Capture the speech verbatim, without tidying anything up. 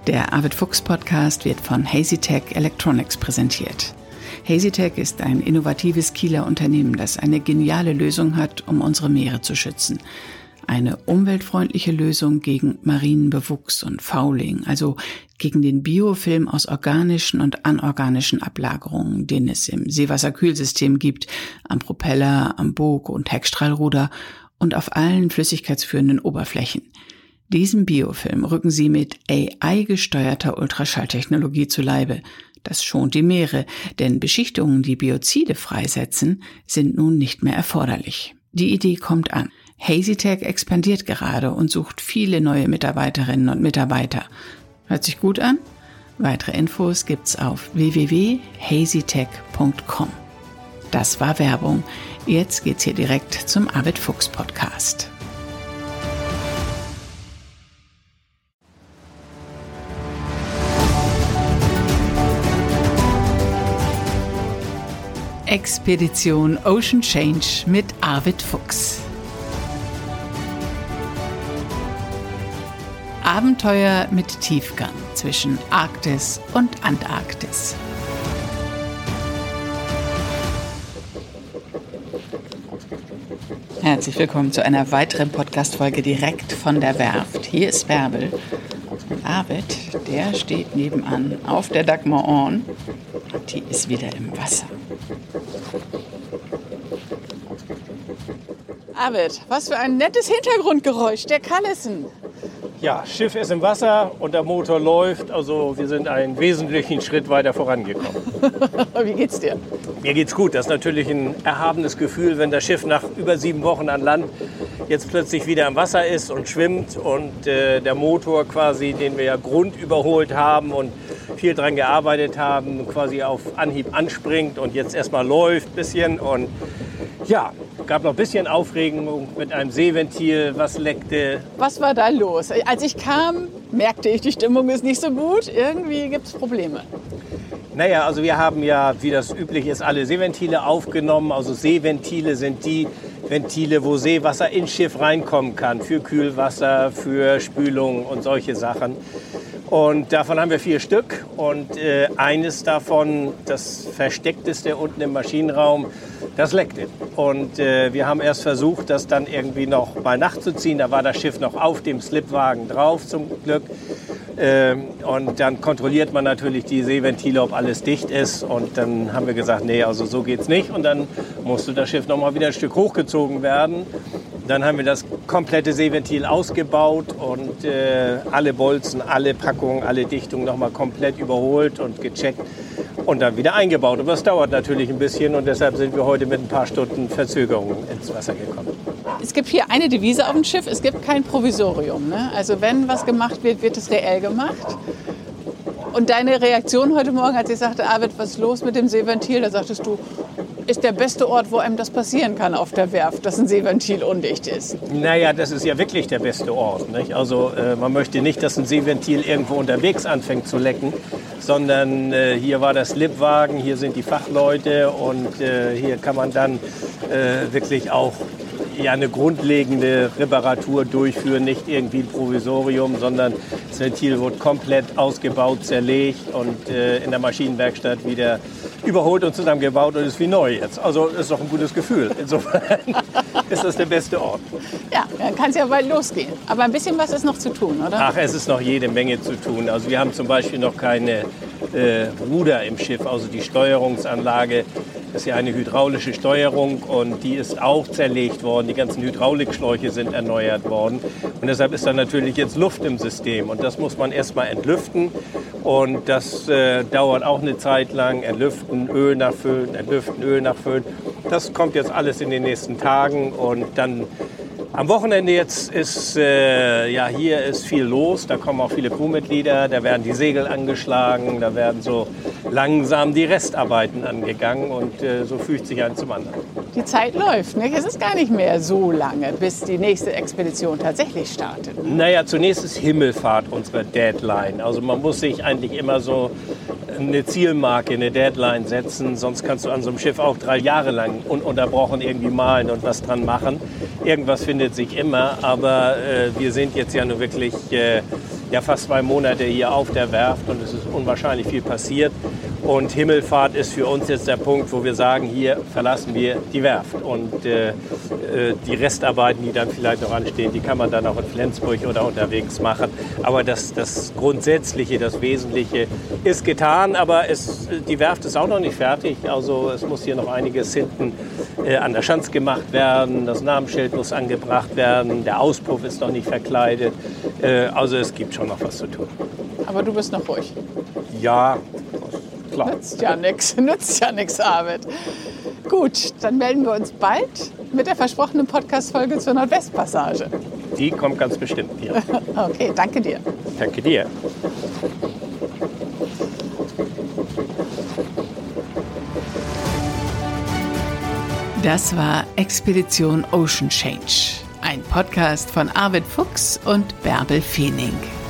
Der Arvid Fuchs Podcast wird von Hazytech Electronics präsentiert. Hazytech ist ein innovatives Kieler Unternehmen, das eine geniale Lösung hat, um unsere Meere zu schützen. Eine umweltfreundliche Lösung gegen marinen Bewuchs und Fouling, also gegen den Biofilm aus organischen und anorganischen Ablagerungen, den es im Seewasserkühlsystem gibt, am Propeller, am Bug- und Heckstrahlruder und auf allen flüssigkeitsführenden Oberflächen. Diesem Biofilm rücken sie mit A I-gesteuerter Ultraschalltechnologie zu Leibe. Das schont die Meere, denn Beschichtungen, die Biozide freisetzen, sind nun nicht mehr erforderlich. Die Idee kommt an. Hazytech expandiert gerade und sucht viele neue Mitarbeiterinnen und Mitarbeiter. Hört sich gut an? Weitere Infos gibt's auf w w w punkt hazytech punkt com. Das war Werbung. Jetzt geht's hier direkt zum Arvid Fuchs Podcast. Expedition Ocean Change mit Arvid Fuchs. Abenteuer mit Tiefgang zwischen Arktis und Antarktis. Herzlich willkommen zu einer weiteren Podcast-Folge direkt von der Werft. Hier ist Bärbel. Arvid, der steht nebenan auf der Dagmar On und die ist wieder im Wasser. Arvid, was für ein nettes Hintergrundgeräusch, der Callison. Ja, Schiff ist im Wasser und der Motor läuft, also wir sind einen wesentlichen Schritt weiter vorangekommen. Wie geht's dir? Mir geht's gut. Das ist natürlich ein erhabenes Gefühl, wenn das Schiff nach über sieben Wochen an Land jetzt plötzlich wieder im Wasser ist und schwimmt und äh, der Motor quasi, den wir ja grundüberholt haben und viel dran gearbeitet haben, quasi auf Anhieb anspringt und jetzt erstmal läuft ein bisschen. Und ja, gab noch ein bisschen Aufregung mit einem Seeventil, was leckte. Was war da los? Als ich kam, merkte ich, die Stimmung ist nicht so gut. Irgendwie gibt es Probleme. Naja, also wir haben ja, wie das üblich ist, alle Seeventile aufgenommen. Also Seeventile sind die Ventile, wo Seewasser ins Schiff reinkommen kann. Für Kühlwasser, für Spülung und solche Sachen. Und davon haben wir vier Stück. Und äh, eines davon, das versteckteste unten im Maschinenraum, das leckte. Und äh, wir haben erst versucht, das dann irgendwie noch mal nachzuziehen. Da war das Schiff noch auf dem Slipwagen drauf, zum Glück. Ähm, und dann kontrolliert man natürlich die Seeventile, ob alles dicht ist. Und dann haben wir gesagt, nee, also so geht's nicht. Und dann musste das Schiff noch mal wieder ein Stück hochgezogen werden. Dann haben wir das komplette Seeventil ausgebaut und äh, alle Bolzen, alle Packungen, alle Dichtungen noch mal komplett überholt und gecheckt und dann wieder eingebaut. Aber es dauert natürlich ein bisschen und deshalb sind wir heute mit ein paar Stunden Verzögerung ins Wasser gekommen. Es gibt hier eine Devise auf dem Schiff, es gibt kein Provisorium. Ne? Also wenn was gemacht wird, wird es reell gemacht. Und deine Reaktion heute Morgen, als ich sagte, Arvid, was ist los mit dem Seeventil? Da sagtest du, ist der beste Ort, wo einem das passieren kann auf der Werft, dass ein Seeventil undicht ist. Naja, das ist ja wirklich der beste Ort. Nicht? Also äh, man möchte nicht, dass ein Seeventil irgendwo unterwegs anfängt zu lecken, sondern äh, hier war der Slipwagen, hier sind die Fachleute und äh, hier kann man dann äh, wirklich auch ja, eine grundlegende Reparatur durchführen, nicht irgendwie ein Provisorium, sondern das Ventil wird komplett ausgebaut, zerlegt und äh, in der Maschinenwerkstatt wieder überholt und zusammengebaut und ist wie neu jetzt. Also ist doch ein gutes Gefühl. Insofern ist das der beste Ort. Ja, dann kann es ja bald losgehen. Aber ein bisschen was ist noch zu tun, oder? Ach, es ist noch jede Menge zu tun. Also wir haben zum Beispiel noch keine äh, Ruder im Schiff, also die Steuerungsanlage. Das ist ja eine hydraulische Steuerung und die ist auch zerlegt worden. Die ganzen Hydraulikschläuche sind erneuert worden. Und deshalb ist da natürlich jetzt Luft im System. Und das muss man erstmal entlüften. Und das äh, dauert auch eine Zeit lang. Entlüften, Öl nachfüllen, entlüften, Öl nachfüllen. Das kommt jetzt alles in den nächsten Tagen. Und dann am Wochenende jetzt ist, äh, ja, hier ist viel los. Da kommen auch viele Crewmitglieder. Da werden die Segel angeschlagen. Da werden so langsam die Restarbeiten angegangen. Und äh, so fügt sich eins zum anderen. Die Zeit läuft, nicht? Es ist gar nicht mehr so lange, bis die nächste Expedition tatsächlich startet. Ne? Naja, zunächst ist Himmelfahrt unsere Deadline. Also man muss sich eigentlich immer so eine Zielmarke, eine Deadline setzen. Sonst kannst du an so einem Schiff auch drei Jahre lang ununterbrochen irgendwie malen und was dran machen. Irgendwas findet sich immer, aber äh, wir sind jetzt ja nur wirklich äh, ja fast zwei Monate hier auf der Werft und es ist unwahrscheinlich viel passiert. Und Himmelfahrt ist für uns jetzt der Punkt, wo wir sagen, hier verlassen wir die Werft. Und äh, die Restarbeiten, die dann vielleicht noch anstehen, die kann man dann auch in Flensburg oder unterwegs machen. Aber das, das Grundsätzliche, das Wesentliche ist getan, aber es, die Werft ist auch noch nicht fertig. Also es muss hier noch einiges hinten äh, an der Schanze gemacht werden, das Namensschild muss angebracht werden, der Auspuff ist noch nicht verkleidet. Äh, also es gibt schon noch was zu tun. Aber du bist noch ruhig. Ja, klar. Nützt ja nichts, nützt ja nichts, Arvid. Gut, dann melden wir uns bald mit der versprochenen Podcast-Folge zur Nordwestpassage. Die kommt ganz bestimmt, ja. Okay, danke dir. Danke dir. Das war Expedition Ocean Change, ein Podcast von Arvid Fuchs und Bärbel Feening.